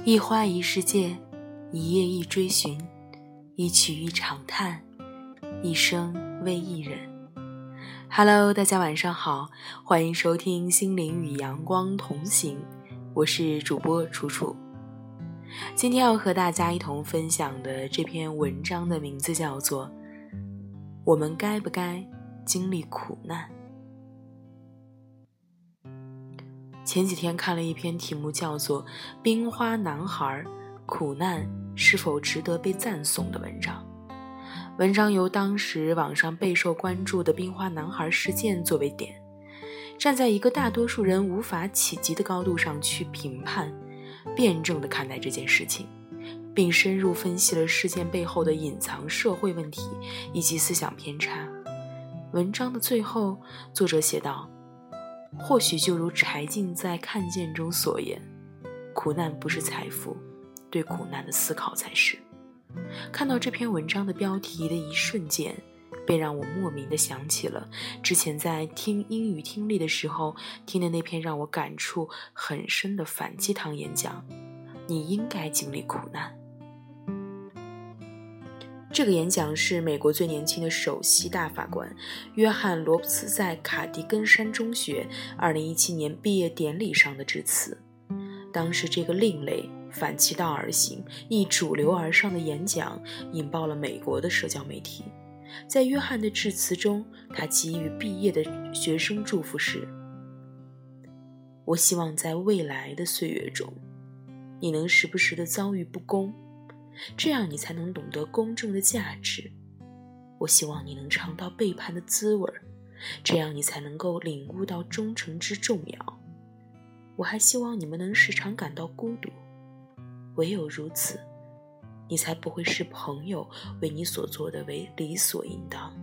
一花一世界，一叶一追寻，一曲一长叹，一生为一人。Hello， 大家晚上好，欢迎收听心灵与阳光同行，我是主播楚楚。今天要和大家一同分享的这篇文章的名字叫做我们该不该经历苦难。前几天看了一篇题目叫做冰花男孩，苦难是否值得被赞颂的文章。文章由当时网上备受关注的冰花男孩事件作为点，站在一个大多数人无法企及的高度上去评判、辩证地看待这件事情，并深入分析了事件背后的隐藏社会问题以及思想偏差。文章的最后，作者写道，或许就如柴静在《看见》中所言，苦难不是财富，对苦难的思考才是。看到这篇文章的标题的一瞬间，便让我莫名地想起了之前在听英语听力的时候听的那篇让我感触很深的反鸡汤演讲，你应该经历苦难。这个演讲是美国最年轻的首席大法官约翰·罗伯茨在卡迪根山中学2017年毕业典礼上的致辞。当时这个另类、反其道而行、逆主流而上的演讲引爆了美国的社交媒体。在约翰的致辞中，他给予毕业的学生祝福是：我希望在未来的岁月中，你能时不时地遭遇不公，这样你才能懂得公正的价值。我希望你能尝到背叛的滋味，这样你才能够领悟到忠诚之重要。我还希望你们能时常感到孤独，唯有如此，你才不会视朋友为你所做的为理所应当。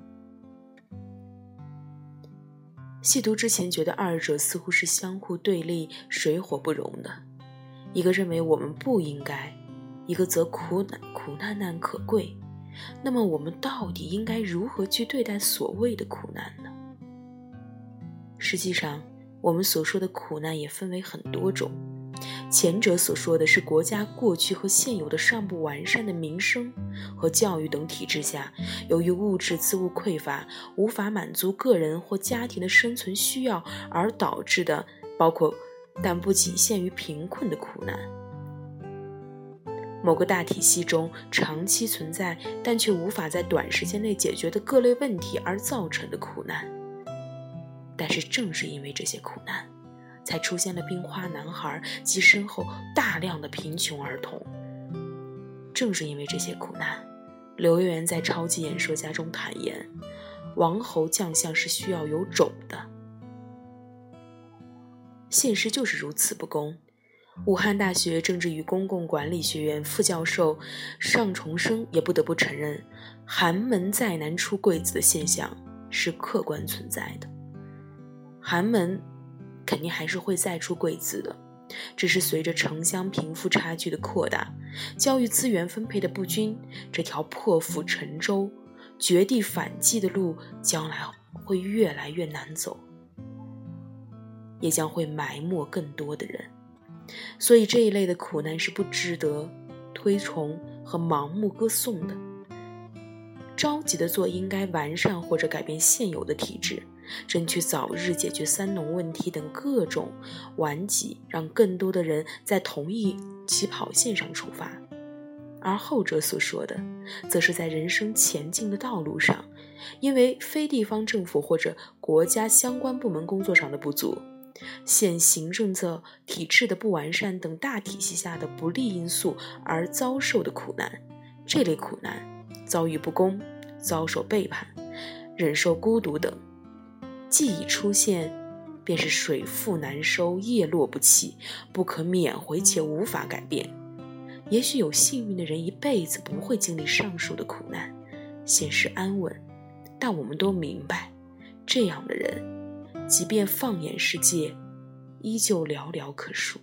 细读之前觉得二者似乎是相互对立、水火不容的，一个认为我们不应该，一个则苦难可贵。那么我们到底应该如何去对待所谓的苦难呢？实际上，我们所说的苦难也分为很多种。前者所说的是国家过去和现有的尚不完善的民生和教育等体制下，由于物质资物匮乏，无法满足个人或家庭的生存需要而导致的，包括但不仅限于贫困的苦难。某个大体系中长期存在但却无法在短时间内解决的各类问题而造成的苦难。但是正是因为这些苦难，才出现了冰花男孩及身后大量的贫穷儿童。正是因为这些苦难，刘媛媛在超级演说家中坦言，王侯将相是需要有种的。现实就是如此不公。武汉大学政治与公共管理学院副教授尚重生也不得不承认，寒门再难出贵子的现象是客观存在的。寒门肯定还是会再出贵子的，只是随着城乡贫富差距的扩大，教育资源分配的不均，这条破釜沉舟、绝地反击的路将来会越来越难走，也将会埋没更多的人。所以这一类的苦难是不值得推崇和盲目歌颂的。着急的做应该完善或者改变现有的体制，争取早日解决三农问题等各种顽疾，让更多的人在同一起跑线上出发。而后者所说的，则是在人生前进的道路上，因为非地方政府或者国家相关部门工作上的不足，现行政体制的不完善等大体系下的不利因素而遭受的苦难。这类苦难，遭遇不公、遭受背叛、忍受孤独等，既已出现，便是水复难收、叶落不起，不可缅回且无法改变。也许有幸运的人一辈子不会经历上述的苦难，现实安稳，但我们都明白，这样的人即便放眼世界，依旧寥寥可数。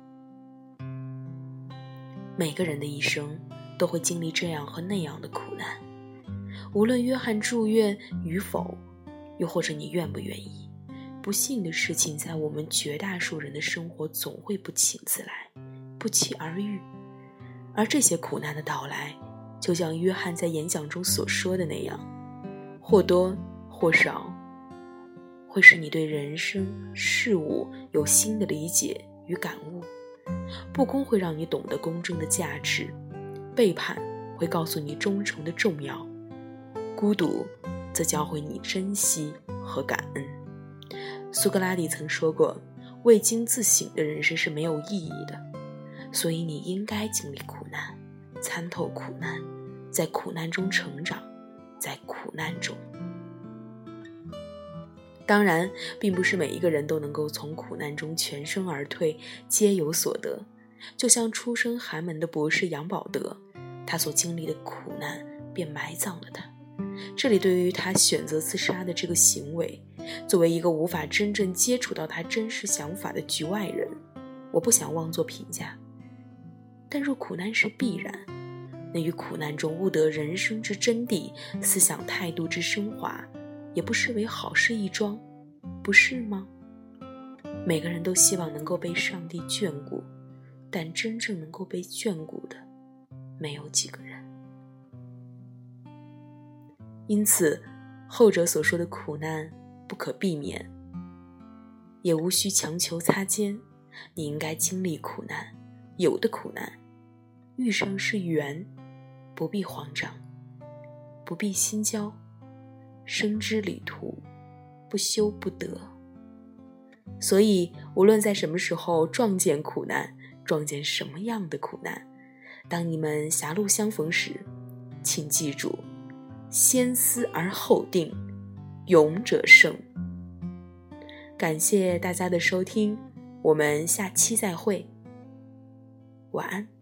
每个人的一生都会经历这样和那样的苦难，无论约翰住院与否，又或者你愿不愿意，不幸的事情在我们绝大数人的生活总会不请自来， 不期而遇。而这些苦难的到来，就像约翰在演讲中所说的那样，或多或少会使你对人生事物有新的理解与感悟。不公会让你懂得公正的价值，背叛会告诉你忠诚的重要，孤独则教会你珍惜和感恩。苏格拉底曾说过，未经自省的人生是没有意义的，所以你应该经历苦难，参透苦难，在苦难中成长，在苦难中。当然，并不是每一个人都能够从苦难中全身而退，皆有所得。就像出身寒门的博士杨保德，他所经历的苦难便埋葬了他。这里对于他选择自杀的这个行为，作为一个无法真正接触到他真实想法的局外人，我不想妄作评价。但若苦难是必然，那于苦难中悟得人生之真谛，思想态度之升华，也不失为好事一桩，不是吗？每个人都希望能够被上帝眷顾，但真正能够被眷顾的没有几个人。因此，后者所说的苦难不可避免，也无需强求擦肩。你应该经历苦难，有的苦难遇上是缘，不必慌张，不必心焦。生之旅途，不修不得。所以无论在什么时候撞见苦难，撞见什么样的苦难，当你们狭路相逢时，请记住，先思而后定，勇者胜。感谢大家的收听，我们下期再会，晚安。